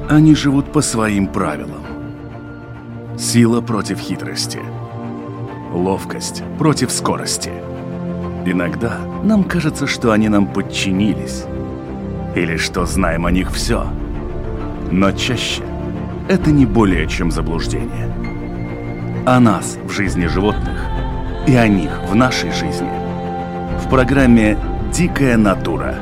Они живут по своим правилам. Сила против хитрости. Ловкость против скорости. Иногда нам кажется, что они нам подчинились. Или что знаем о них все. Но чаще это не более чем заблуждение. О нас в жизни животных и о них в нашей жизни. В программе «Дикая натура».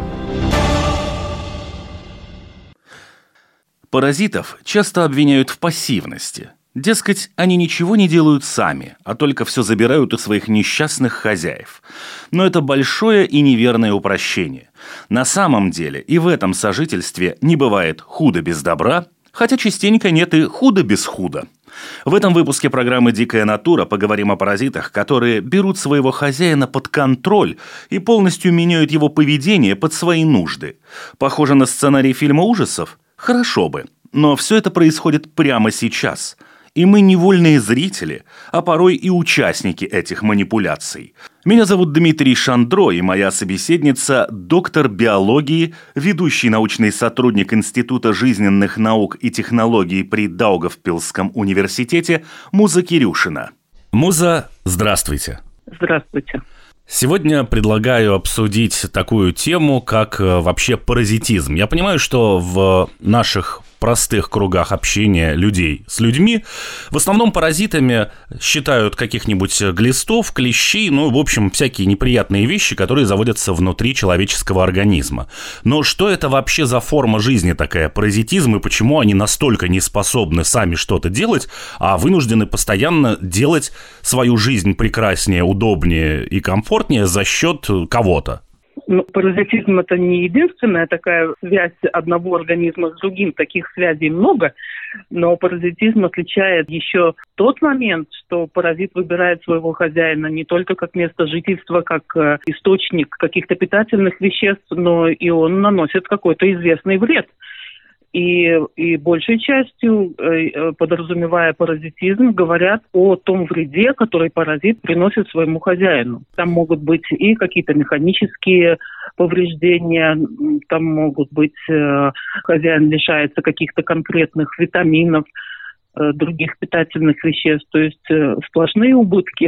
Паразитов часто обвиняют в пассивности. Дескать, они ничего не делают сами, а только все забирают у своих несчастных хозяев. Но это большое и неверное упрощение. На самом деле и в этом сожительстве не бывает худо без добра, хотя частенько нет и худо без худа. В этом выпуске программы «Дикая натура» поговорим о паразитах, которые берут своего хозяина под контроль и полностью меняют его поведение под свои нужды. Похоже на сценарий фильма ужасов? Хорошо бы. Но все это происходит прямо сейчас. И мы невольные зрители, а порой и участники этих манипуляций. Меня зовут Дмитрий Шандро, и моя собеседница – доктор биологии, ведущий научный сотрудник Института жизненных наук и технологий при Даугавпилсском университете Муза Кирюшина. Муза, здравствуйте. Здравствуйте. Сегодня предлагаю обсудить такую тему, как вообще паразитизм. Я понимаю, что в наших простых кругах общения людей с людьми в основном паразитами считают каких-нибудь глистов, клещей, в общем, всякие неприятные вещи, которые заводятся внутри человеческого организма. Но что это вообще за форма жизни такая, паразитизм, и почему они настолько не способны сами что-то делать, а вынуждены постоянно делать свою жизнь прекраснее, удобнее и комфортнее за счет кого-то? Паразитизм – это не единственная такая связь одного организма с другим. Таких связей много. Но паразитизм отличает еще тот момент, что паразит выбирает своего хозяина не только как место жительства, как источник каких-то питательных веществ, но и он наносит какой-то известный вред. И большей частью, подразумевая паразитизм, говорят о том вреде, который паразит приносит своему хозяину. Там могут быть и какие-то механические повреждения, там могут быть хозяин лишается каких-то конкретных витаминов, других питательных веществ, то есть сплошные убытки.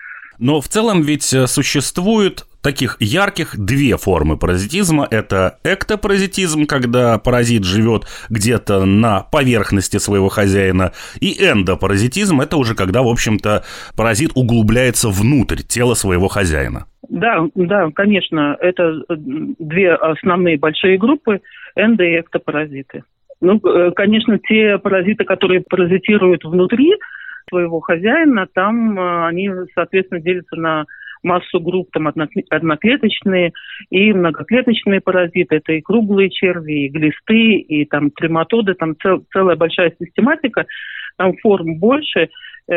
Но в целом ведь существует таких ярких две формы паразитизма. Это эктопаразитизм, когда паразит живет где-то на поверхности своего хозяина, и эндопаразитизм – это уже когда, в общем-то, паразит углубляется внутрь тела своего хозяина. Да, конечно, это две основные большие группы – эндо- и эктопаразиты. Конечно, те паразиты, которые паразитируют внутри своего хозяина, там они, соответственно, делятся на массу групп, там одноклеточные и многоклеточные паразиты. Это и круглые черви, и глисты, и там трематоды, там целая большая систематика, там форм больше,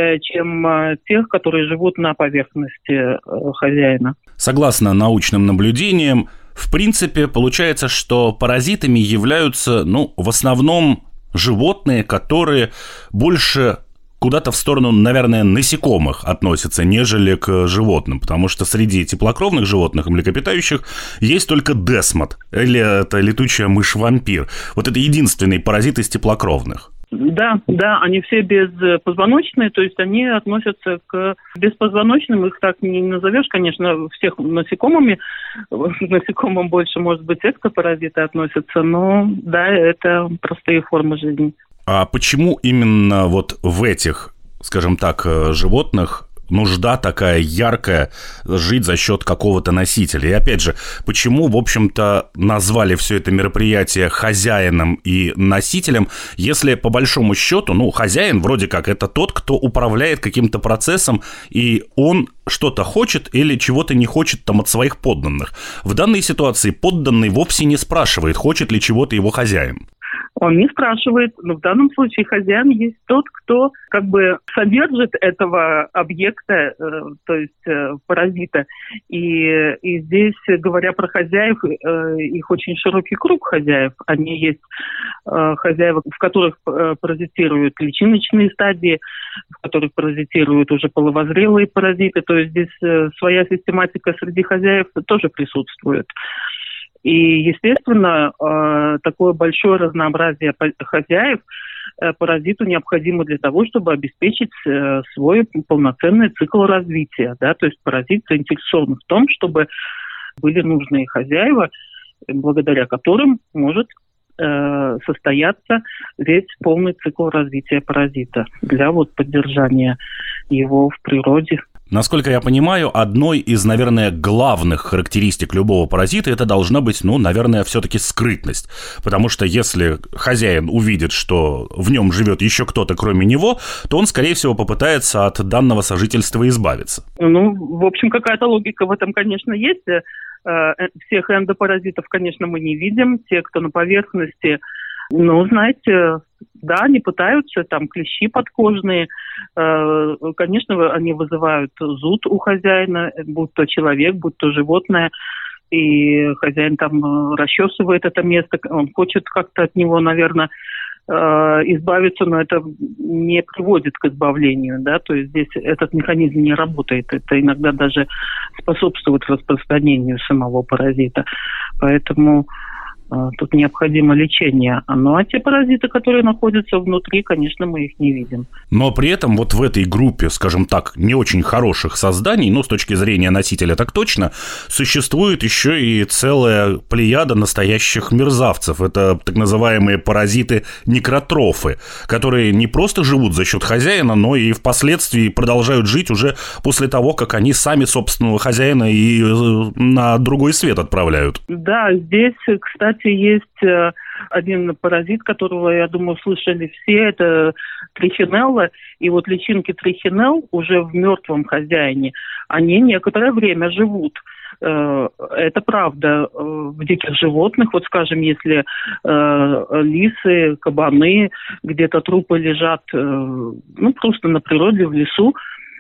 чем тех, которые живут на поверхности хозяина. Согласно научным наблюдениям, в принципе, получается, что паразитами являются, в основном животные, которые больше куда-то в сторону, наверное, насекомых относятся, нежели к животным, потому что среди теплокровных животных и млекопитающих есть только десмот, или это летучая мышь-вампир. Вот это единственный паразит из теплокровных. Да, они все беспозвоночные, то есть они относятся к беспозвоночным, их так не назовешь, конечно, всех насекомыми, к насекомым больше, может быть, эктопаразиты относятся, но да, это простые формы жизни. А почему именно вот в этих, скажем так, животных нужда такая яркая жить за счет какого-то носителя? И опять же, почему, в общем-то, назвали все это мероприятие хозяином и носителем, если по большому счету, хозяин вроде как это тот, кто управляет каким-то процессом, и он что-то хочет или чего-то не хочет там от своих подданных. В данной ситуации подданный вовсе не спрашивает, хочет ли чего-то его хозяин. Он не спрашивает, но в данном случае хозяин есть тот, кто как бы содержит этого объекта, то есть паразита. И здесь, говоря про хозяев, их очень широкий круг хозяев. Они есть хозяева, в которых паразитируют личиночные стадии, в которых паразитируют уже половозрелые паразиты. То есть здесь своя систематика среди хозяев тоже присутствует. И, естественно, такое большое разнообразие хозяев паразиту необходимо для того, чтобы обеспечить свой полноценный цикл развития. Да? То есть паразит заинтересован в том, чтобы были нужные хозяева, благодаря которым может состояться весь полный цикл развития паразита для поддержания его в природе. Насколько я понимаю, одной из, наверное, главных характеристик любого паразита это должна быть, наверное, все-таки скрытность. Потому что если хозяин увидит, что в нем живет еще кто-то кроме него, то он, скорее всего, попытается от данного сожительства избавиться. В общем, какая-то логика в этом, конечно, есть. Всех эндопаразитов, конечно, мы не видим. Те, кто на поверхности, знаете, да, они пытаются, там клещи подкожные. Конечно, они вызывают зуд у хозяина, будь то человек, будь то животное. И хозяин там расчесывает это место, он хочет как-то от него, наверное, избавиться, но это не приводит к избавлению, да, то есть здесь этот механизм не работает, это иногда даже способствует распространению самого паразита, поэтому тут необходимо лечение. А те паразиты, которые находятся внутри, конечно, мы их не видим. Но при этом в этой группе, скажем так, не очень хороших созданий, с точки зрения носителя так точно, существует еще и целая плеяда настоящих мерзавцев. Это так называемые паразиты-некротрофы, которые не просто живут за счет хозяина, но и впоследствии продолжают жить уже после того, как они сами собственного хозяина и на другой свет отправляют. Да, здесь, кстати, есть один паразит, которого, я думаю, слышали все, это трихинелла. И личинки трихинелл уже в мертвом хозяине, они некоторое время живут. Это правда. В диких животных, скажем, если лисы, кабаны, где-то трупы лежат, просто на природе, в лесу,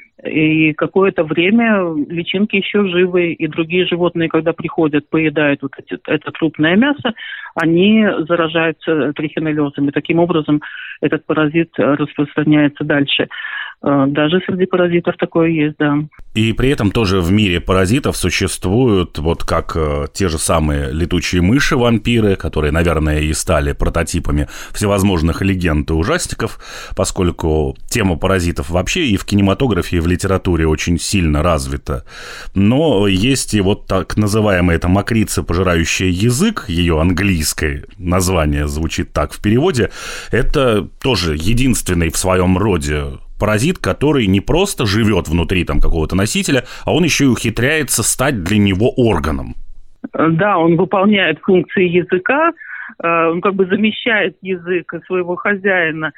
и какое-то время личинки еще живы, и другие животные, когда приходят, поедают это трупное мясо, они заражаются трихинеллезом, и таким образом этот паразит распространяется дальше. Даже среди паразитов такое есть, да. И при этом тоже в мире паразитов существуют, как те же самые летучие мыши-вампиры, которые, наверное, и стали прототипами всевозможных легенд и ужастиков, поскольку тема паразитов вообще и в кинематографе, и в литературе очень сильно развита. Но есть и так называемая эта мокрица, пожирающая язык, ее английское название звучит так в переводе, это тоже единственный в своем роде паразит, который не просто живет внутри какого-то носителя, а он еще и ухитряется стать для него органом. Да, он выполняет функции языка, он замещает язык своего хозяина.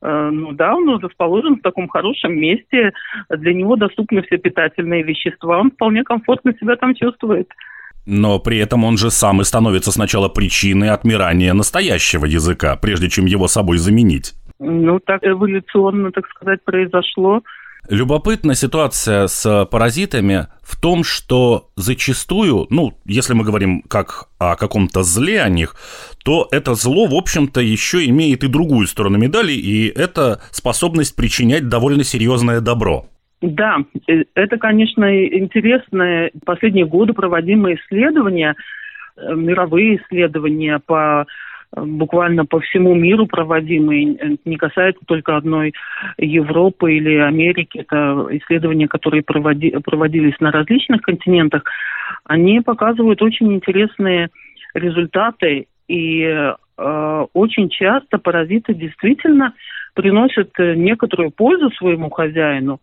Он расположен в таком хорошем месте, для него доступны все питательные вещества, он вполне комфортно себя там чувствует. Но при этом он же сам и становится сначала причиной отмирания настоящего языка, прежде чем его собой заменить. Так эволюционно, так сказать, произошло. Любопытная ситуация с паразитами в том, что зачастую, если мы говорим как о каком-то зле о них, то это зло, в общем-то, еще имеет и другую сторону медали, и это способность причинять довольно серьезное добро. Да, это, конечно, интересно. Последние годы проводимые исследования, мировые исследования буквально по всему миру проводимые, не касается только одной Европы или Америки, это исследования, которые проводились на различных континентах, они показывают очень интересные результаты, и очень часто паразиты действительно приносят некоторую пользу своему хозяину,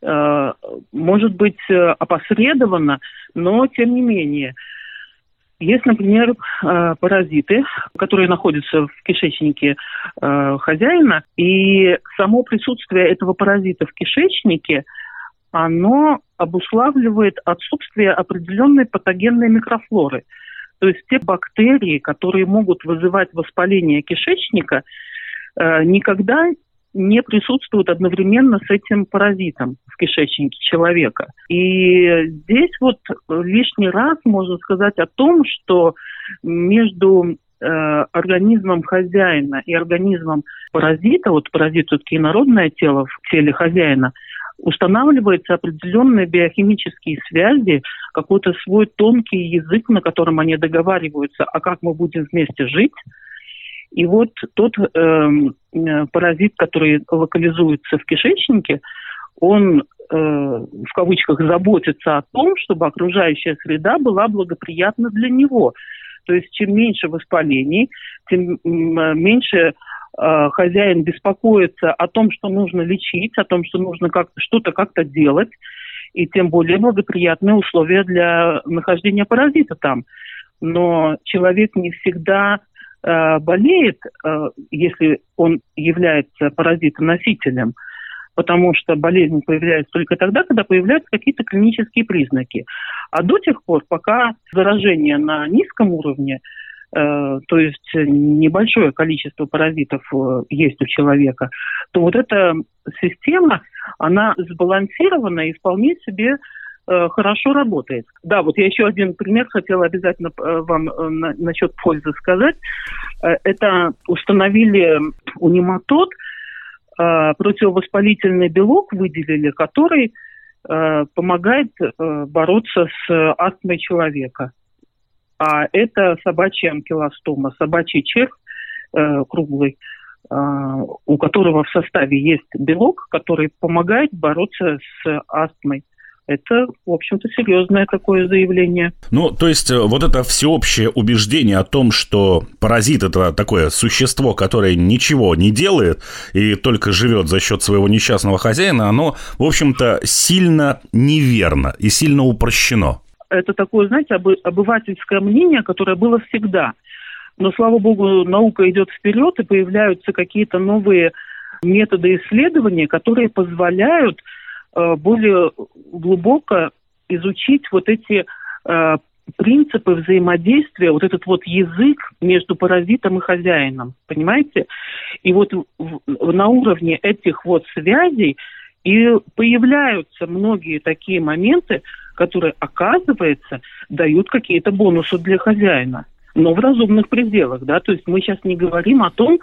может быть, опосредованно, но тем не менее. Есть, например, паразиты, которые находятся в кишечнике хозяина, и само присутствие этого паразита в кишечнике, оно обуславливает отсутствие определенной патогенной микрофлоры. То есть те бактерии, которые могут вызывать воспаление кишечника, никогда не присутствуют одновременно с этим паразитом в кишечнике человека. И здесь лишний раз можно сказать о том, что между организмом хозяина и организмом паразита, паразит все-таки инородное тело в теле хозяина, устанавливаются определенные биохимические связи, какой-то свой тонкий язык, на котором они договариваются, а как мы будем вместе жить. И вот тот паразит, который локализуется в кишечнике, он, в кавычках, заботится о том, чтобы окружающая среда была благоприятна для него. То есть чем меньше воспалений, тем меньше хозяин беспокоится о том, что нужно лечить, о том, что нужно что-то как-то делать, и тем более благоприятные условия для нахождения паразита там. Но человек не всегда болеет, если он является паразитоносителем, потому что болезнь появляется только тогда, когда появляются какие-то клинические признаки. А до тех пор, пока заражение на низком уровне, то есть небольшое количество паразитов есть у человека, то вот эта система, она сбалансирована и вполне себе хорошо работает. Да, вот я еще один пример хотела обязательно вам насчет пользы сказать. Это установили у нематод противовоспалительный белок, выделили, который помогает бороться с астмой человека. А это собачья анкилостома, собачий червь круглый, у которого в составе есть белок, который помогает бороться с астмой. Это, в общем-то, серьезное такое заявление. Ну, то есть, вот это всеобщее убеждение о том, что паразит – это такое существо, которое ничего не делает и только живет за счет своего несчастного хозяина, оно, в общем-то, сильно неверно и сильно упрощено. Это такое, знаете, обывательское мнение, которое было всегда. Но, слава богу, наука идет вперед, и появляются какие-то новые методы исследования, которые позволяют более глубоко изучить вот эти принципы взаимодействия, вот этот вот язык между паразитом и хозяином, понимаете? И вот на уровне этих вот связей и появляются многие такие моменты, которые, оказывается, дают какие-то бонусы для хозяина, но в разумных пределах, да, то есть мы сейчас не говорим о том,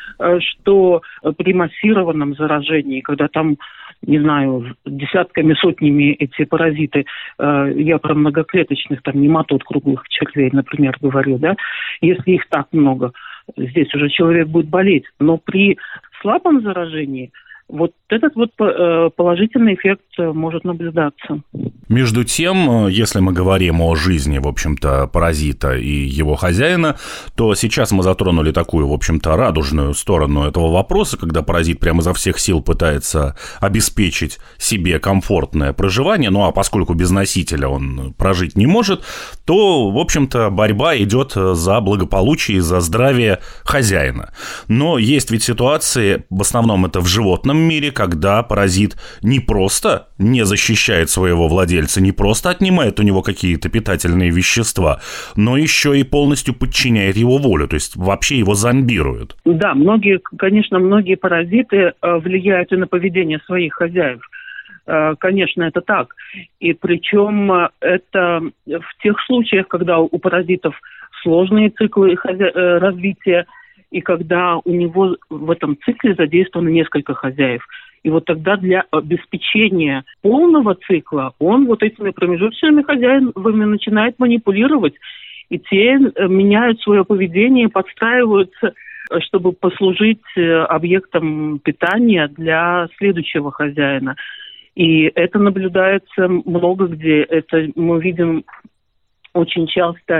что при массированном заражении, когда там, не знаю, десятками, сотнями эти паразиты, я про многоклеточных, там, нематод круглых червей, например, говорю, да, если их так много, здесь уже человек будет болеть, но при слабом заражении вот этот вот положительный эффект может наблюдаться. Между тем, если мы говорим о жизни, в общем-то, паразита и его хозяина, то сейчас мы затронули такую, в общем-то, радужную сторону этого вопроса, когда паразит прямо изо всех сил пытается обеспечить себе комфортное проживание, ну а поскольку без носителя он прожить не может, то, в общем-то, борьба идет за благополучие и за здравие хозяина. Но есть ведь ситуации, в основном это в животном мире, когда паразит не просто не защищает своего владельца, не просто отнимает у него какие-то питательные вещества, но еще и полностью подчиняет его волю, то есть вообще его зомбирует. Да, конечно, многие паразиты влияют и на поведение своих хозяев. Конечно, это так. И причем это в тех случаях, когда у паразитов сложные циклы развития, и когда у него в этом цикле задействовано несколько хозяев. И вот тогда для обеспечения полного цикла он вот этими промежуточными хозяевами начинает манипулировать. И те меняют свое поведение, подстраиваются, чтобы послужить объектом питания для следующего хозяина. И это наблюдается много где. Это мы видим очень часто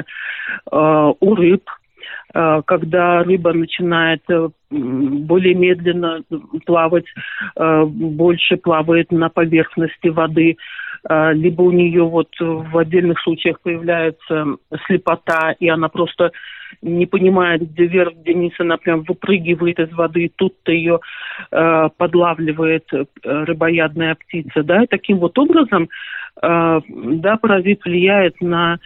у рыб, когда рыба начинает более медленно плавать, больше плавает на поверхности воды, либо у нее вот в отдельных случаях появляется слепота, и она просто не понимает, где вверх, где вниз, она прям выпрыгивает из воды, и тут-то ее подлавливает рыбоядная птица, да, и таким вот образом, да, паразит влияет на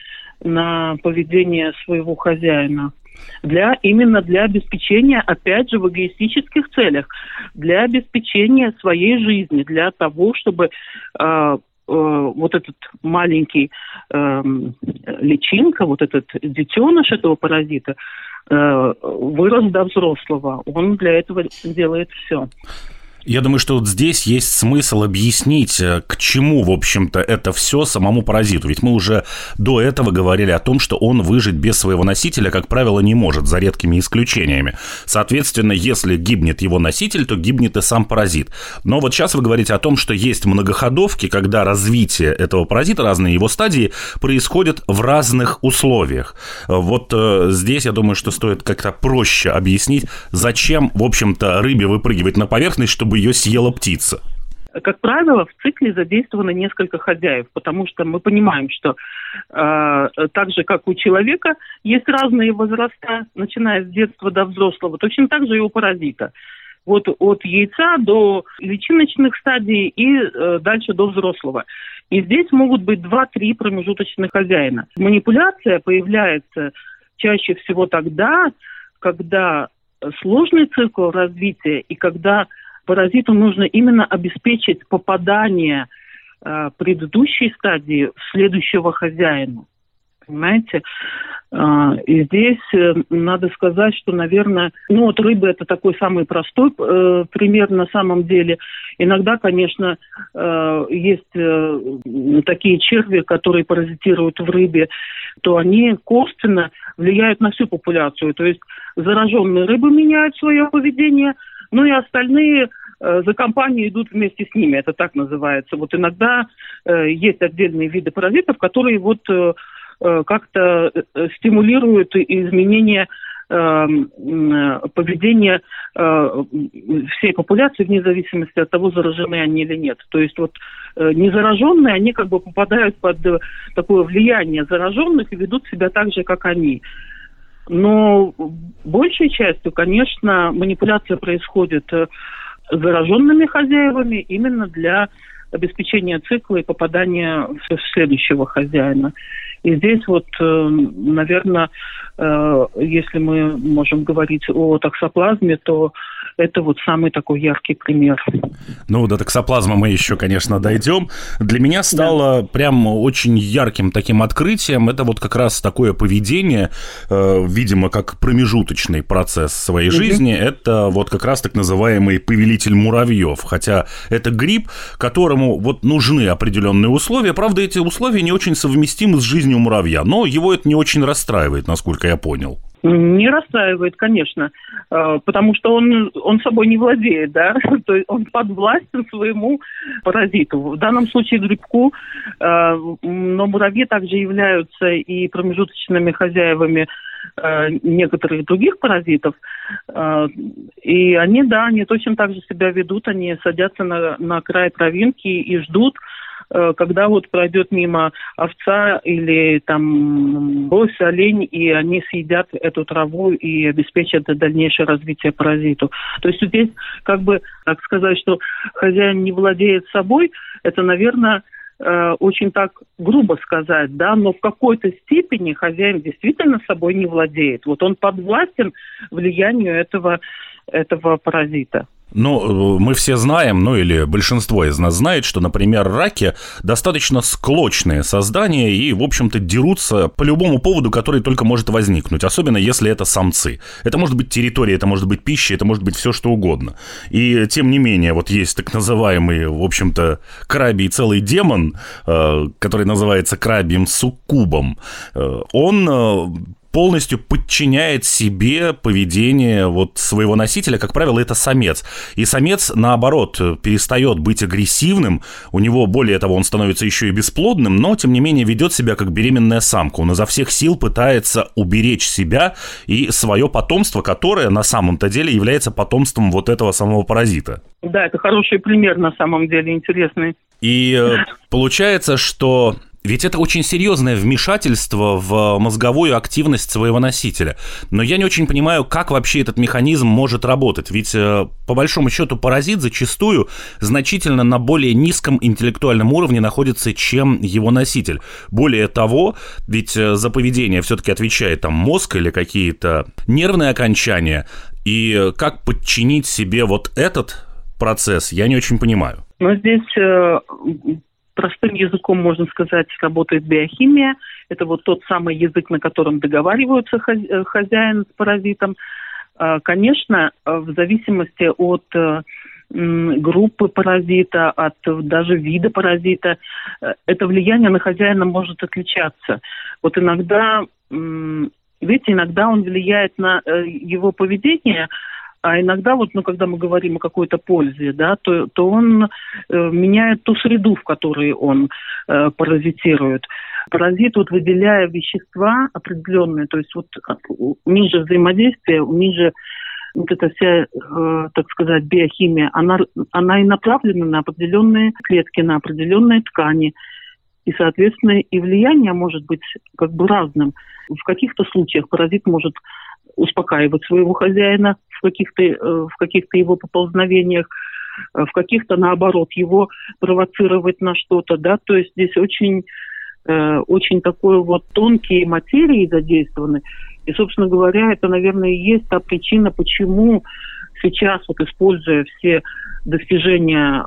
поведение своего хозяина. Именно для обеспечения, опять же, в эгоистических целях, для обеспечения своей жизни, для того, чтобы вот этот маленький личинка, вот этот детеныш этого паразита вырос до взрослого. Он для этого делает все. Я думаю, что вот здесь есть смысл объяснить, к чему, в общем-то, это все самому паразиту. Ведь мы уже до этого говорили о том, что он выжить без своего носителя, как правило, не может, за редкими исключениями. Соответственно, если гибнет его носитель, то гибнет и сам паразит. Но вот сейчас вы говорите о том, что есть многоходовки, когда развитие этого паразита, разные его стадии, происходят в разных условиях. Вот здесь, я думаю, что стоит как-то проще объяснить, зачем, в общем-то, рыбе выпрыгивать на поверхность, чтобы ее съела птица. Как правило, в цикле задействовано несколько хозяев, потому что мы понимаем, что так же, как у человека, есть разные возраста, начиная с детства до взрослого, точно так же и у паразита. Вот от яйца до личиночных стадий и дальше до взрослого. И здесь могут быть 2-3 промежуточных хозяина. Манипуляция появляется чаще всего тогда, когда сложный цикл развития и когда паразиту нужно именно обеспечить попадание предыдущей стадии в следующего хозяина. Понимаете? И здесь надо сказать, что, наверное, вот рыба – это такой самый простой пример на самом деле. Иногда, конечно, есть такие черви, которые паразитируют в рыбе, то они косвенно влияют на всю популяцию. То есть зараженные рыбы меняют свое поведение, ну и остальные за компанией идут вместе с ними. Это так называется. Вот иногда есть отдельные виды паразитов, которые вот как-то стимулируют изменение поведения всей популяции вне зависимости от того, заражены они или нет. То есть вот незараженные, они как бы попадают под такое влияние зараженных и ведут себя так же, как они. Но большей частью, конечно, манипуляция происходит зараженными хозяевами именно для обеспечения цикла и попадания в следующего хозяина. И здесь вот, наверное, если мы можем говорить о токсоплазме, то это вот самый такой яркий пример. Ну, до токсоплазмы мы еще, конечно, дойдем. Для меня стало прям очень ярким таким открытием. Это вот как раз такое поведение, видимо, как промежуточный процесс своей жизни. Это вот как раз так называемый повелитель муравьев. Хотя это гриб, которому вот нужны определенные условия. Правда, эти условия не очень совместимы с жизнью муравья. Но его это не очень расстраивает, насколько я понял. Не расстраивает, конечно, потому что он собой не владеет, да, то есть он подвластен своему паразиту. В данном случае грибку, но муравьи также являются и промежуточными хозяевами некоторых других паразитов, и они точно так же себя ведут, они садятся на край травинки и ждут, когда вот пройдет мимо овца или там лось, олень, и они съедят эту траву и обеспечат дальнейшее развитие паразиту. То есть здесь, как бы, так сказать, что хозяин не владеет собой, это, наверное, очень так грубо сказать, да, но в какой-то степени хозяин действительно собой не владеет. Вот он подвластен влиянию этого паразита. Ну, мы все знаем, ну или большинство из нас знает, что, например, раки достаточно склочные создания и, в общем-то, дерутся по любому поводу, который только может возникнуть, особенно если это самцы. Это может быть территория, это может быть пища, это может быть все что угодно. И, тем не менее, вот есть так называемый, в общем-то, крабий целый демон, который называется крабьим суккубом. Он полностью подчиняет себе поведение вот своего носителя, как правило, это самец. И самец, наоборот, перестает быть агрессивным, у него, более того, он становится еще и бесплодным, но, тем не менее, ведет себя как беременная самка. Он изо всех сил пытается уберечь себя и свое потомство, которое на самом-то деле является потомством вот этого самого паразита. Да, это хороший пример, на самом деле, интересный. И получается, что ведь это очень серьезное вмешательство в мозговую активность своего носителя. Но я не очень понимаю, как вообще этот механизм может работать. Ведь, по большому счету, паразит зачастую значительно на более низком интеллектуальном уровне находится, чем его носитель. Более того, ведь за поведение все-таки отвечает там мозг или какие-то нервные окончания. И как подчинить себе вот этот процесс, я не очень понимаю. Но здесь простым языком, можно сказать, работает биохимия. Это вот тот самый язык, на котором договариваются хозяин с паразитом. Конечно, в зависимости от группы паразита, от даже вида паразита. Это влияние на хозяина может отличаться. Вот иногда, видите, иногда он влияет на его поведение, а иногда, когда мы говорим о какой-то пользе, да, то он меняет ту среду, в которой он паразитирует. Паразит, выделяя вещества определенные, то есть у них же взаимодействие, у них же эта вся, так сказать, биохимия, она и направлена на определенные клетки, на определенные ткани. И, соответственно, и влияние может быть разным. В каких-то случаях паразит может успокаивать своего хозяина в каких-то его поползновениях, в каких-то, наоборот, его провоцировать на что-то, да, то есть здесь очень такой тонкие материи задействованы. И, собственно говоря, это, наверное, и есть та причина, почему сейчас, используя все достижения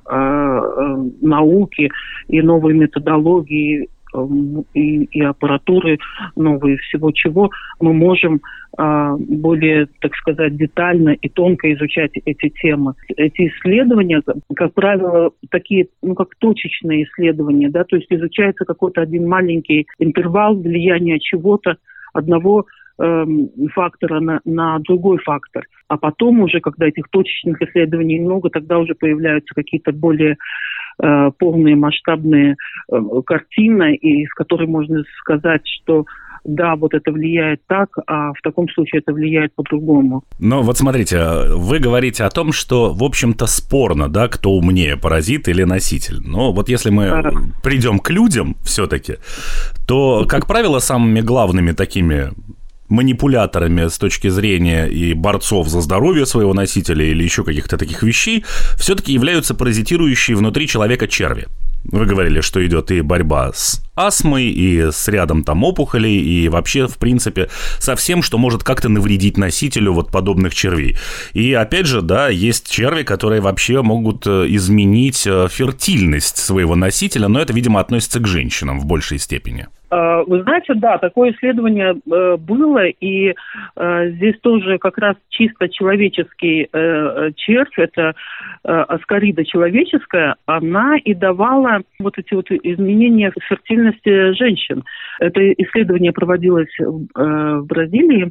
науки и новые методологии, и аппаратуры новые, всего чего, мы можем более, так сказать, детально и тонко изучать эти темы. Эти исследования, как правило, такие, как точечные исследования, да, то есть изучается какой-то один маленький интервал влияния чего-то, одного фактора на другой фактор. А потом уже, когда этих точечных исследований много, тогда уже появляются какие-то более полные масштабные картины, и с которой можно сказать, что да, это влияет так, а в таком случае это влияет по-другому. Но смотрите, вы говорите о том, что, в общем-то, спорно, да, кто умнее, паразит или носитель. Но если мы придем к людям все-таки, то, как правило, самыми главными такими манипуляторами с точки зрения и борцов за здоровье своего носителя или еще каких-то таких вещей все-таки являются паразитирующие внутри человека черви. Вы говорили, что идет и борьба с астмой, и с рядом опухолей, и вообще, в принципе, со всем, что может как-то навредить носителю подобных червей. И, опять же, да, есть черви, которые вообще могут изменить фертильность своего носителя, но это, видимо, относится к женщинам в большей степени. Вы знаете, да, такое исследование было, и здесь тоже как раз чисто человеческий червь, это аскарида человеческая, она и давала эти изменения в фертильности женщин. Это исследование проводилось в Бразилии,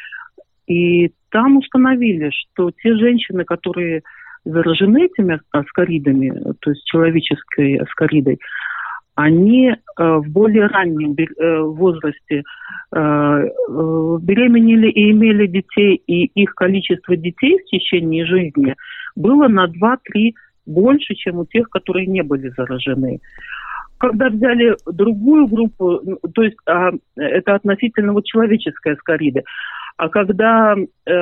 и там установили, что те женщины, которые заражены этими аскаридами, то есть человеческой аскаридой, они в более раннем возрасте беременели и имели детей, и их количество детей в течение жизни было на 2-3 больше, чем у тех, которые не были заражены. Когда взяли другую группу, то есть это относительно человеческой аскариды, а когда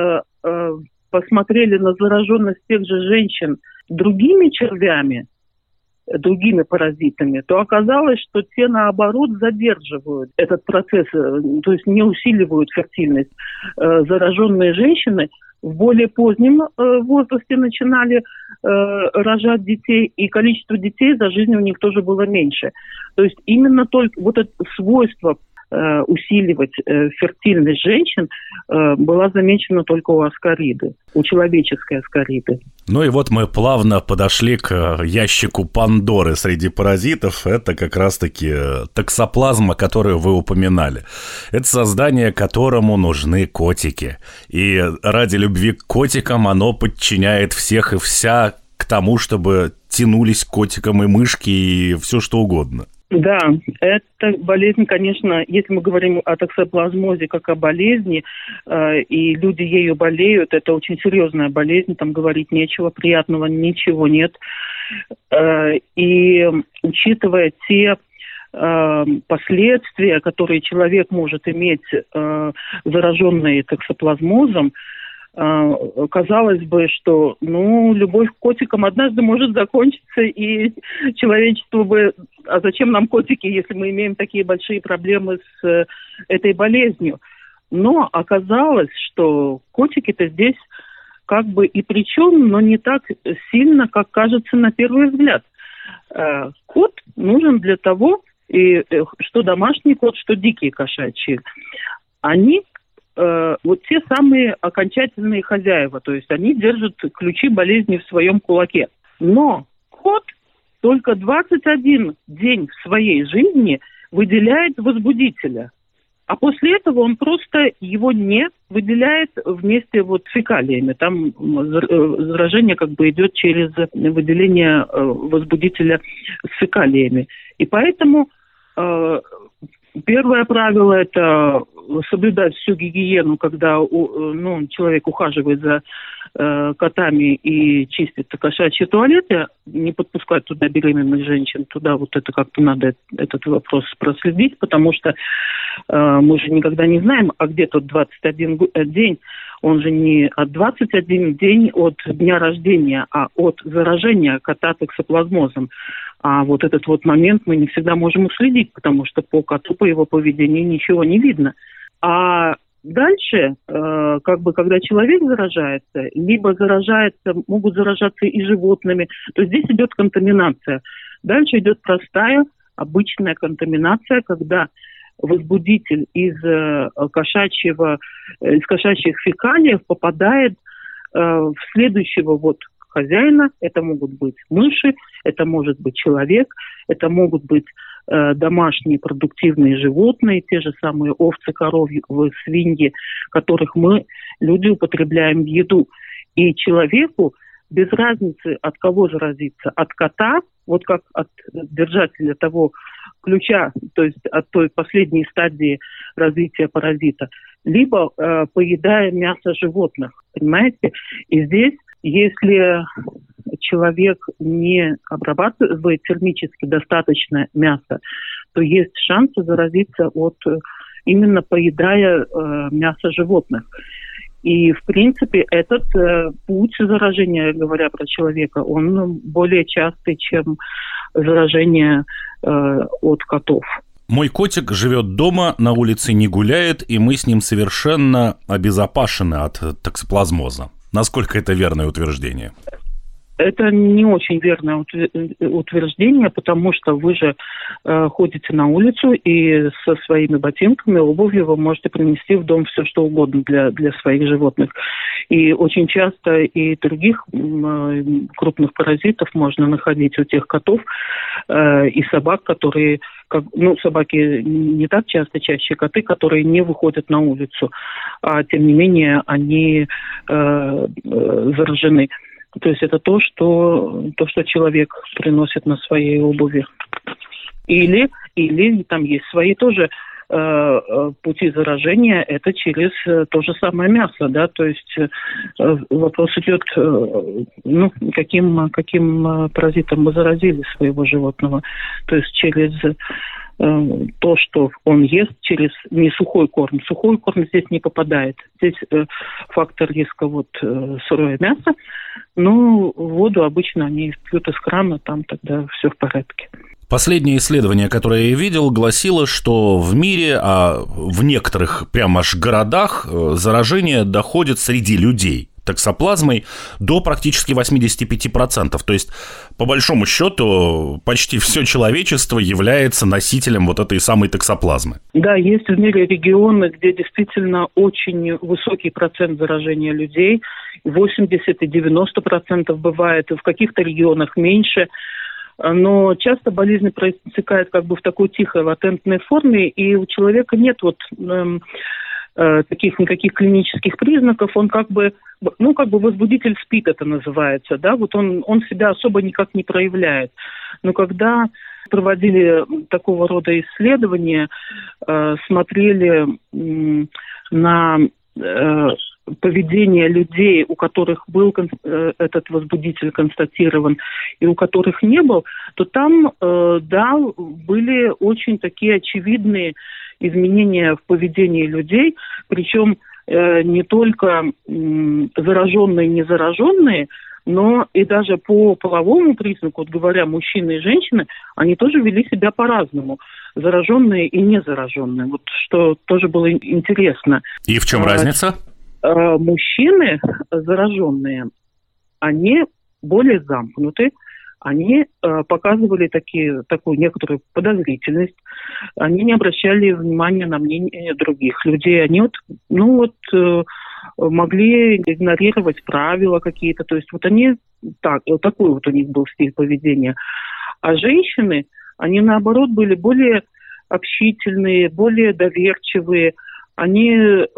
посмотрели на зараженность тех же женщин другими червями, другими паразитами, то оказалось, что те, наоборот, задерживают этот процесс, то есть не усиливают фертильность. Зараженные женщины в более позднем возрасте начинали рожать детей, и количество детей за жизнь у них тоже было меньше. То есть именно только это свойство усиливать фертильность женщин была замечена только у аскариды, у человеческой аскариды. Ну и мы плавно подошли к ящику Пандоры среди паразитов. Это как раз-таки токсоплазма, которую вы упоминали. Это создание, которому нужны котики. И ради любви к котикам оно подчиняет всех и вся к тому, чтобы тянулись к котикам и мышки, и все что угодно. Да, эта болезнь, конечно, если мы говорим о токсоплазмозе как о болезни, и люди ею болеют, это очень серьезная болезнь, там говорить нечего, приятного ничего нет. И учитывая те последствия, которые человек может иметь, зараженный токсоплазмозом, казалось бы, что любовь к котикам однажды может закончиться, и человечество бы... А зачем нам котики, если мы имеем такие большие проблемы с этой болезнью? Но оказалось, что котики-то здесь и при чем, но не так сильно, как кажется на первый взгляд. Кот нужен для того, и что домашний кот, что дикие кошачьи, они вот те самые окончательные хозяева, то есть они держат ключи болезни в своем кулаке. Но кот только 21 день в своей жизни выделяет возбудителя. А после этого он просто его не выделяет вместе вот с фекалиями. Там заражение как бы идет через выделение возбудителя с фекалиями. И поэтому первое правило – это соблюдать всю гигиену, когда человек ухаживает за котами и чистит кошачьи туалеты, не подпускать туда беременных женщин, туда вот это как-то надо этот вопрос проследить, потому что мы же никогда не знаем, а где тот 21 день, он же не от 21 день от дня рождения, а от заражения кота токсоплазмозом. А вот этот вот момент мы не всегда можем уследить, потому что по коту, по его поведению ничего не видно. А дальше, когда человек заражается, либо могут заражаться и животными, то здесь идет контаминация. Дальше идет простая, обычная контаминация, когда возбудитель из кошачьих фекалиев попадает в следующего хозяина. Это могут быть мыши, это может быть человек, это могут быть домашние продуктивные животные, те же самые овцы, коровьи, свиньи, которых мы, люди, употребляем в еду. И человеку без разницы, от кого заразиться, от кота, вот как от держателя того ключа, то есть от той последней стадии развития паразита, либо поедая мясо животных, понимаете? И здесь, если человек не обрабатывает термически достаточно мяса, то есть шансы заразиться именно поедая мясо животных. И, в принципе, этот путь заражения, говоря про человека, он более частый, чем заражение от котов. Мой котик живет дома, на улице не гуляет, и мы с ним совершенно обезопасены от токсоплазмоза. Насколько это верное утверждение? Это не очень верное утверждение, потому что вы же ходите на улицу и со своими ботинками, обувью вы можете принести в дом все, что угодно для своих животных. И очень часто и других крупных паразитов можно находить у тех котов и собак, которые... собаки не так часто, чаще коты, которые не выходят на улицу, а тем не менее они заражены. То есть это то, что человек приносит на своей обуви. Или там есть свои тоже пути заражения, это через то же самое мясо, да, то есть вопрос идет, каким паразитом мы заразили своего животного, то есть через то, что он ест, через не сухой корм. Сухой корм здесь не попадает. Здесь фактор риска сырое мясо, но воду обычно они пьют из крана, там тогда все в порядке. Последнее исследование, которое я видел, гласило, что в мире, а в некоторых прямо аж городах заражение доходит среди людей токсоплазмой до практически 85%. То есть, по большому счету, почти все человечество является носителем этой самой токсоплазмы. Да, есть в мире регионы, где действительно очень высокий процент заражения людей, 80 и 90% бывает, и в каких-то регионах меньше. Но часто болезнь протекает в такой тихой латентной форме, и у человека нет таких никаких клинических признаков, он возбудитель спит, это называется, да, он себя особо никак не проявляет. Но когда проводили такого рода исследования, смотрели на поведение людей, у которых был этот возбудитель констатирован и у которых не был, то там, были очень такие очевидные изменения в поведении людей, причем не только зараженные и незараженные, но и даже по половому признаку, говоря, мужчины и женщины, они тоже вели себя по-разному, зараженные и незараженные, что тоже было интересно. И в чем разница? Мужчины зараженные, они более замкнуты, они показывали такую некоторую подозрительность, они не обращали внимания на мнение других людей, они могли игнорировать правила какие-то, то есть вот они такой вот у них был стиль поведения. А женщины, они наоборот были более общительные, более доверчивые, они,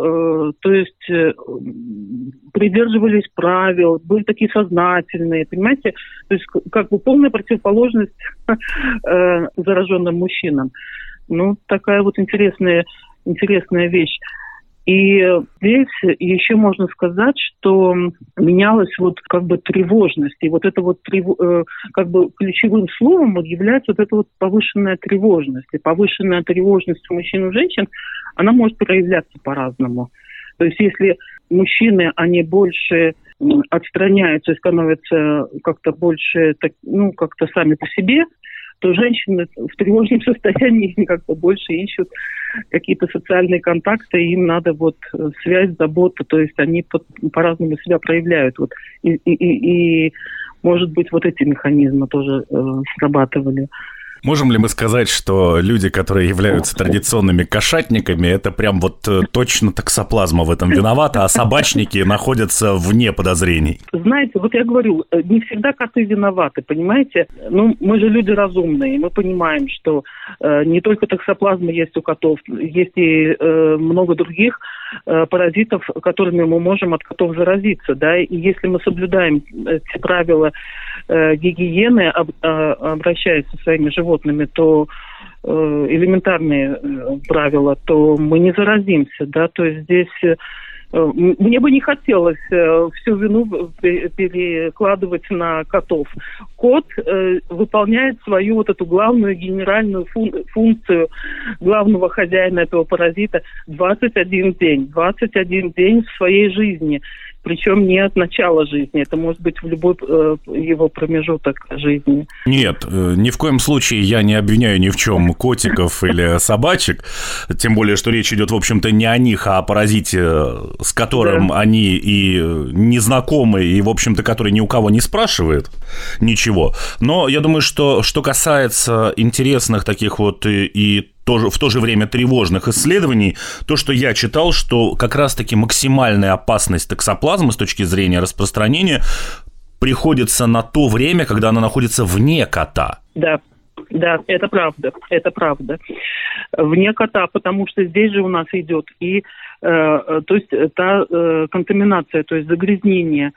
придерживались правил, были такие сознательные, понимаете? То есть как бы полная противоположность зараженным мужчинам. Ну, такая вот интересная вещь. И здесь еще можно сказать, что менялась вот как бы тревожность. И вот это вот как бы ключевым словом является вот эта вот повышенная тревожность. И повышенная тревожность у мужчин и у женщин, она может проявляться по-разному. То есть если мужчины, они больше отстраняются и становятся как-то больше, как-то сами по себе, то женщины в тревожном состоянии как-то больше ищут какие-то социальные контакты, им надо вот связь, забота, то есть они по-разному себя проявляют. Вот. И может быть, вот эти механизмы тоже срабатывали. Можем ли мы сказать, что люди, которые являются традиционными кошатниками, это прям вот точно токсоплазма в этом виновата, а собачники находятся вне подозрений? Знаете, вот я говорю, не всегда коты виноваты, понимаете? Ну, мы же люди разумные, мы понимаем, что не только токсоплазма есть у котов, есть и много других паразитов, которыми мы можем от котов заразиться, да, и если мы соблюдаем эти правила гигиены, обращаясь со своими животными, то элементарные правила, то мы не заразимся, да, то есть здесь мне бы не хотелось всю вину перекладывать на котов. Кот выполняет свою вот эту главную генеральную функцию главного хозяина этого паразита 21 день. 21 день в своей жизни. Причем не от начала жизни. Это может быть в любой его промежуток жизни. Нет, ни в коем случае я не обвиняю ни в чем котиков или собачек. Тем более, что речь идет, в общем-то, не о них, а о паразите, с которым они и не знакомы, и, в общем-то, который ни у кого не спрашивает ничего. Но я думаю, что касается интересных таких вот и в то же время тревожных исследований, то, что я читал, что как раз-таки максимальная опасность токсоплазмы с точки зрения распространения приходится на то время, когда она находится вне кота. Да, это правда. Вне кота, потому что здесь же у нас идет и то есть та контаминация, то есть загрязнение,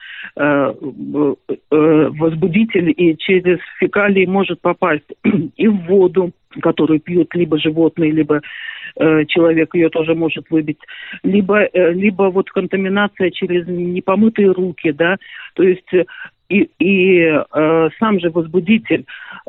возбудитель и через фекалии может попасть и в воду, которую пьют либо животные, либо человек ее тоже может выбить, либо вот контаминация через непомытые руки, да, то есть и сам же возбудитель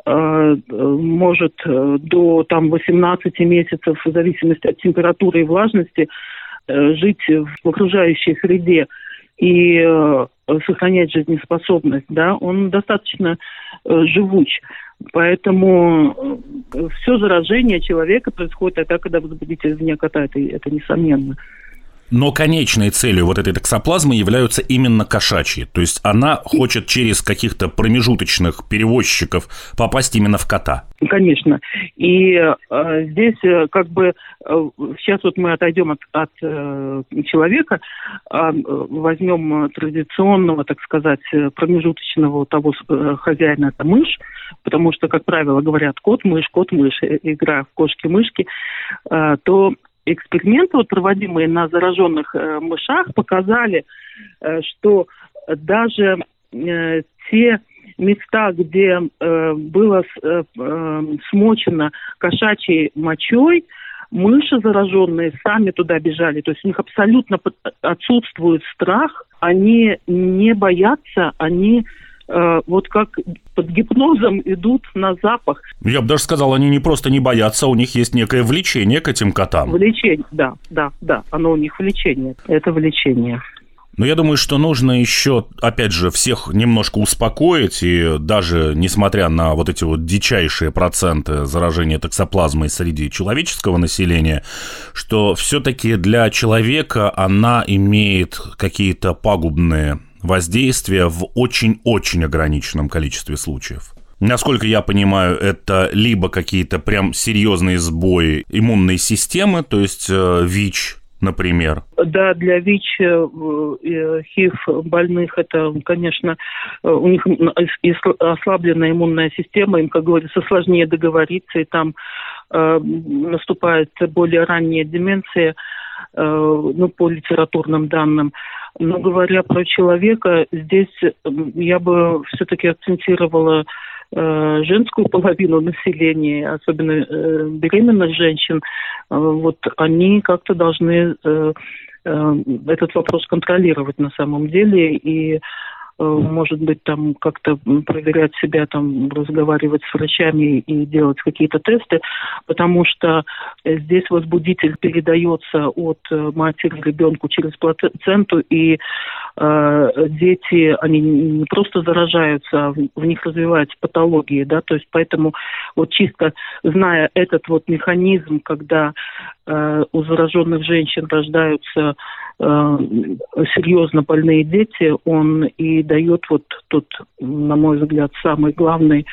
может до 18 месяцев, в зависимости от температуры и влажности, жить в окружающей среде и сохранять жизнеспособность, да, он достаточно живуч. Поэтому все заражение человека происходит тогда, когда возбудитель вне кота, это несомненно. Но конечной целью вот этой токсоплазмы являются именно кошачьи. То есть она хочет через каких-то промежуточных перевозчиков попасть именно в кота. Конечно. И здесь как бы сейчас вот мы отойдем от человека, возьмем традиционного, так сказать, промежуточного того хозяина, это мышь, потому что, как правило, говорят кот-мышь, игра в кошки-мышки, то эксперименты, вот, проводимые на зараженных мышах, показали, что даже те места, где было смочено кошачьей мочой, мыши зараженные сами туда бежали. То есть у них абсолютно отсутствует страх, они не боятся, они вот как под гипнозом идут на запах. Я бы даже сказал, они не просто не боятся, у них есть некое влечение к этим котам. Влечение, да, оно у них влечение, это влечение. Но я думаю, что нужно еще, опять же, всех немножко успокоить, и даже несмотря на вот эти вот дичайшие проценты заражения токсоплазмой среди человеческого населения, что все-таки для человека она имеет какие-то пагубные воздействия в очень-очень ограниченном количестве случаев. Насколько я понимаю, это либо какие-то прям серьезные сбои иммунной системы, то есть ВИЧ, например. Да, для ВИЧ, ХИВ больных это, конечно, у них ослабленная иммунная система, им, как говорится, сложнее договориться, и там наступает более ранняя деменция, по литературным данным. Но говоря про человека, здесь я бы все-таки акцентировала женскую половину населения, особенно беременных женщин. Вот они как-то должны этот вопрос контролировать на самом деле и, может быть, там как-то проверять себя, там разговаривать с врачами и делать какие-то тесты, потому что здесь возбудитель передается от матери ребенку через плаценту, и дети, они не просто заражаются, а в них развиваются патологии, да, то есть поэтому вот чисто зная этот вот механизм, когда у зараженных женщин рождаются серьезно больные дети, он и дает вот тот, на мой взгляд, самый главный,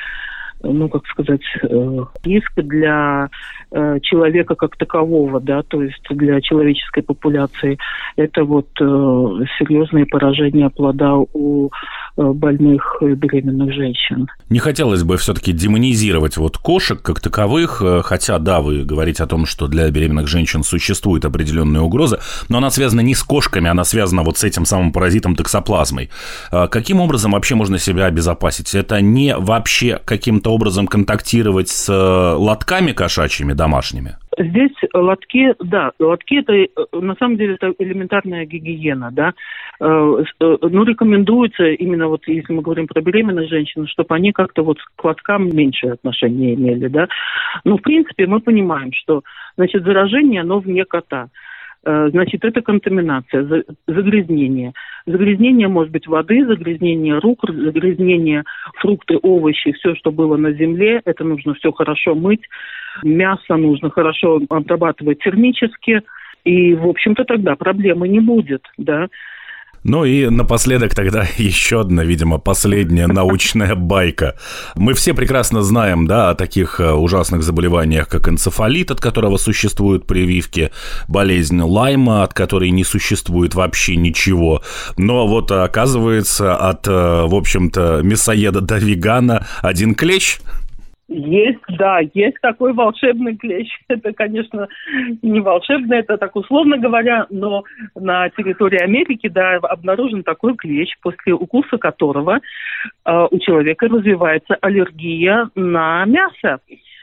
риск для человека как такового, да, то есть для человеческой популяции. Это вот серьезные поражения плода у больных беременных женщин. Не хотелось бы все-таки демонизировать вот кошек как таковых, хотя, да, вы говорите о том, что для беременных женщин существует определенная угроза, но она связана не с кошками, она связана вот с этим самым паразитом токсоплазмой. Каким образом вообще можно себя обезопасить? Это не вообще каким-то образом контактировать с лотками кошачьими домашними? Здесь лотки это, на самом деле, это элементарная гигиена, да. Рекомендуется, именно вот если мы говорим про беременных женщин, чтобы они как-то вот к лоткам меньше отношения имели, да. В принципе, мы понимаем, что, заражение, оно вне кота. Это контаминация, загрязнение. Загрязнение может быть воды, загрязнение рук, загрязнение фрукты, овощи, все, что было на земле, это нужно все хорошо мыть. Мясо нужно хорошо обрабатывать термически, и, в общем-то, тогда проблемы не будет, да. Ну и напоследок тогда еще одна, видимо, последняя научная байка. Мы все прекрасно знаем, да, о таких ужасных заболеваниях, как энцефалит, от которого существуют прививки, болезнь Лайма, от которой не существует вообще ничего. Но вот оказывается, от, в общем-то, мясоеда до вегана один клещ. Есть такой волшебный клещ. Это, конечно, не волшебный, это так условно говоря, но на территории Америки, да, обнаружен такой клещ, после укуса которого у человека развивается аллергия на мясо.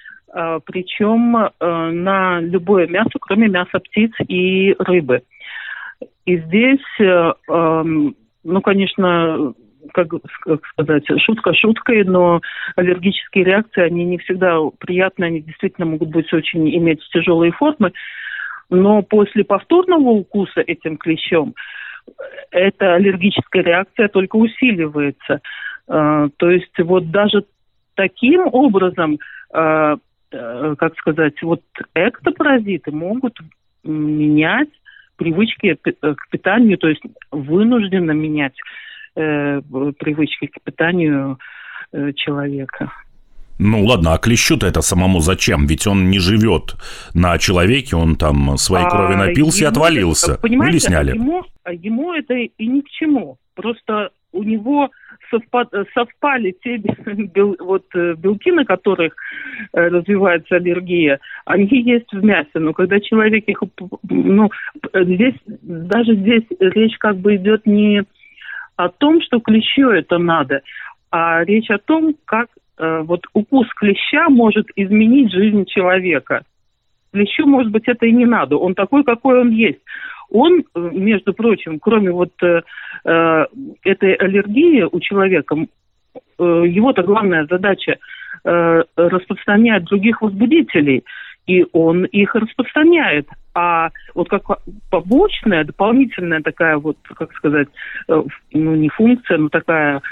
Причем на любое мясо, кроме мяса птиц и рыбы. И здесь, конечно, как сказать, шутка шуткой, но аллергические реакции, они не всегда приятные, они действительно могут быть очень, иметь тяжелые формы, но после повторного укуса этим клещом эта аллергическая реакция только усиливается. То есть вот даже таким образом, вот эктопаразиты могут менять привычки к питанию, то есть вынужденно менять привычки к питанию человека. Ну ладно, а клещу-то это самому зачем? Ведь он не живет на человеке, он там своей крови напился и отвалился. Понимаете, или сняли. Ему это и ни к чему. Просто у него совпали те белки, на которых развивается аллергия, они есть в мясе. Но когда человек их... здесь речь как бы идет не о том, что клещу это надо, а речь о том, как укус клеща может изменить жизнь человека. Клещу, может быть, это и не надо. Он такой, какой он есть. Он, между прочим, кроме этой аллергии у человека, его-то главная задача распространять других возбудителей, и он их распространяет. А вот как побочная, дополнительная такая не функция, но такая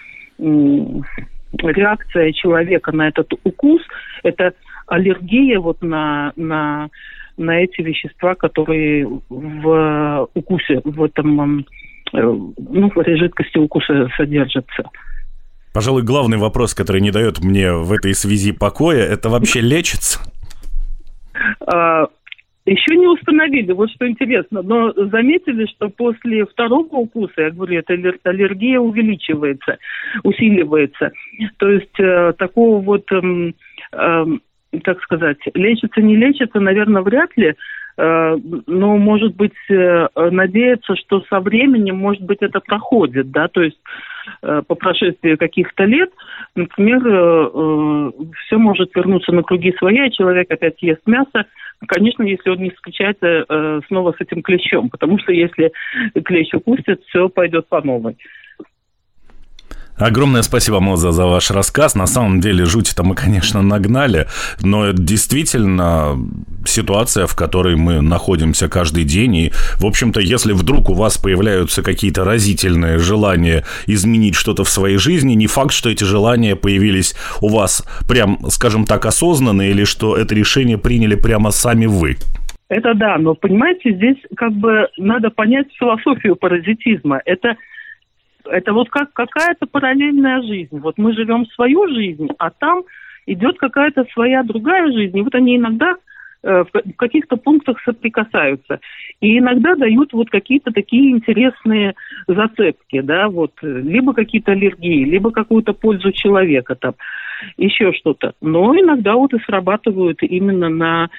реакция человека на этот укус, это аллергия на эти вещества, которые в укусе, в этой жидкости укуса содержатся. Пожалуй, главный вопрос, который не дает мне в этой связи покоя, это вообще лечится? Еще не установили, вот что интересно, но заметили, что после второго укуса, я говорю, эта аллергия усиливается. То есть такого вот, как сказать, лечится, не лечится, наверное, вряд ли, но, может быть, надеяться, что со временем, может быть, это проходит, да, то есть по прошествии каких-то лет, например, все может вернуться на круги своя, и человек опять ест мясо, конечно, если он не встречается снова с этим клещом, потому что если клещ укусит, все пойдет по новой. Огромное спасибо, Моза, за ваш рассказ. На самом деле, жути-то мы, конечно, нагнали, но это действительно ситуация, в которой мы находимся каждый день. И, в общем-то, если вдруг у вас появляются какие-то разительные желания изменить что-то в своей жизни, не факт, что эти желания появились у вас прям, скажем так, осознанно, или что это решение приняли прямо сами вы. Это да, но, понимаете, здесь как бы надо понять философию паразитизма. Это вот как какая-то параллельная жизнь. Вот мы живем свою жизнь, а там идет какая-то своя другая жизнь. И вот они иногда в каких-то пунктах соприкасаются. И иногда дают вот какие-то такие интересные зацепки, да, вот либо какие-то аллергии, либо какую-то пользу человека там, еще что-то. Но иногда вот и срабатывают именно на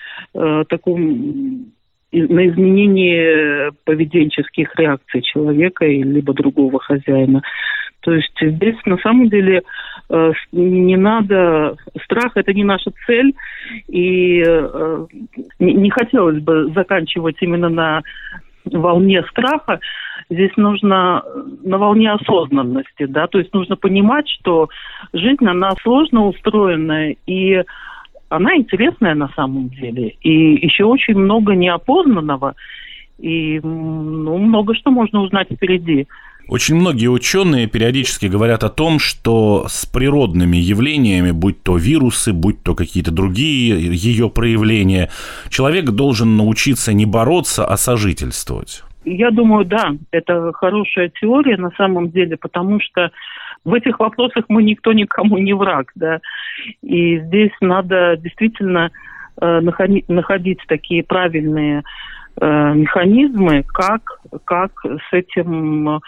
на изменение поведенческих реакций человека либо другого хозяина. То есть здесь на самом деле не надо... Страх – это не наша цель, и не хотелось бы заканчивать именно на волне страха. Здесь нужно на волне осознанности, да, то есть нужно понимать, что жизнь, она сложно устроенная, и она интересная на самом деле. И еще очень много неопознанного, и много что можно узнать впереди. Очень многие ученые периодически говорят о том, что с природными явлениями, будь то вирусы, будь то какие-то другие ее проявления, человек должен научиться не бороться, а сожительствовать. Я думаю, да, это хорошая теория на самом деле, потому что в этих вопросах мы никто никому не враг, да. И здесь надо действительно находить такие правильные механизмы, как с этим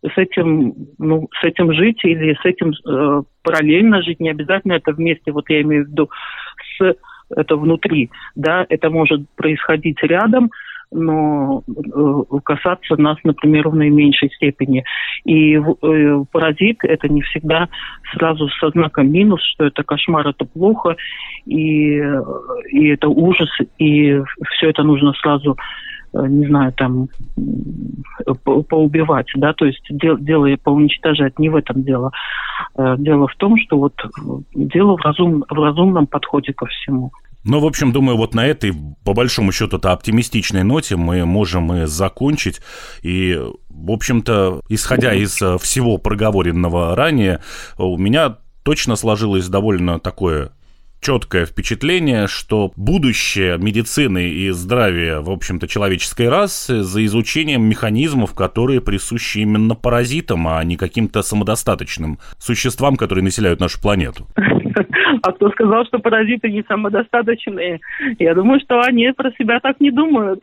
жить или с этим параллельно жить. Не обязательно это вместе, вот я имею в виду, это внутри, да, это может происходить рядом, но касаться нас, например, в наименьшей степени. И паразит – это не всегда сразу со знаком минус, что это кошмар, это плохо, и это ужас, и все это нужно сразу, не знаю, там, поубивать, да, то есть дело поуничтожать, не в этом дело. Дело в том, что вот дело в разумном подходе ко всему. Ну, в общем, думаю, вот на этой, по большому счету-то, оптимистичной ноте мы можем и закончить. И, в общем-то, исходя из всего проговоренного ранее, у меня точно сложилось довольно такое четкое впечатление, что будущее медицины и здравия, в общем-то, человеческой расы за изучением механизмов, которые присущи именно паразитам, а не каким-то самодостаточным существам, которые населяют нашу планету. А кто сказал, что паразиты не самодостаточные? Я думаю, что они про себя так не думают.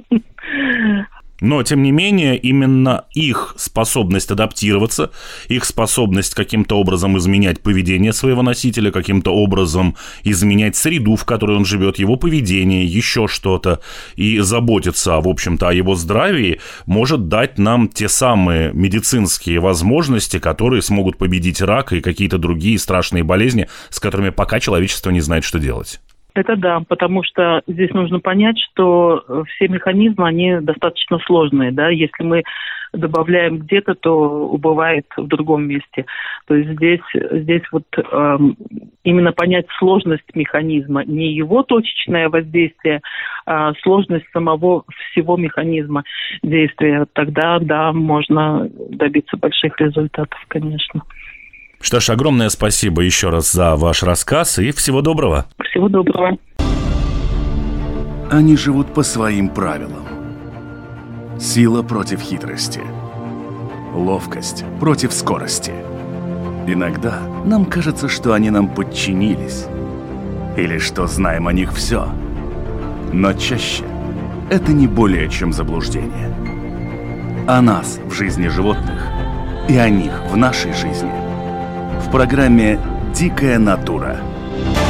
Но, тем не менее, именно их способность адаптироваться, их способность каким-то образом изменять поведение своего носителя, каким-то образом изменять среду, в которой он живет, его поведение, еще что-то, и заботиться, в общем-то, о его здравии, может дать нам те самые медицинские возможности, которые смогут победить рак и какие-то другие страшные болезни, с которыми пока человечество не знает, что делать. Это да, потому что здесь нужно понять, что все механизмы, они достаточно сложные, да, если мы добавляем где-то, то убывает в другом месте. То есть здесь вот именно понять сложность механизма, не его точечное воздействие, а сложность самого всего механизма действия, тогда, да, можно добиться больших результатов, конечно. Что ж, огромное спасибо еще раз за ваш рассказ и всего доброго. Всего доброго. Они живут по своим правилам. Сила против хитрости. Ловкость против скорости. Иногда нам кажется, что они нам подчинились, или что знаем о них все. Но чаще это не более чем заблуждение. О нас в жизни животных и о них в нашей жизни. В программе «Дикая натура».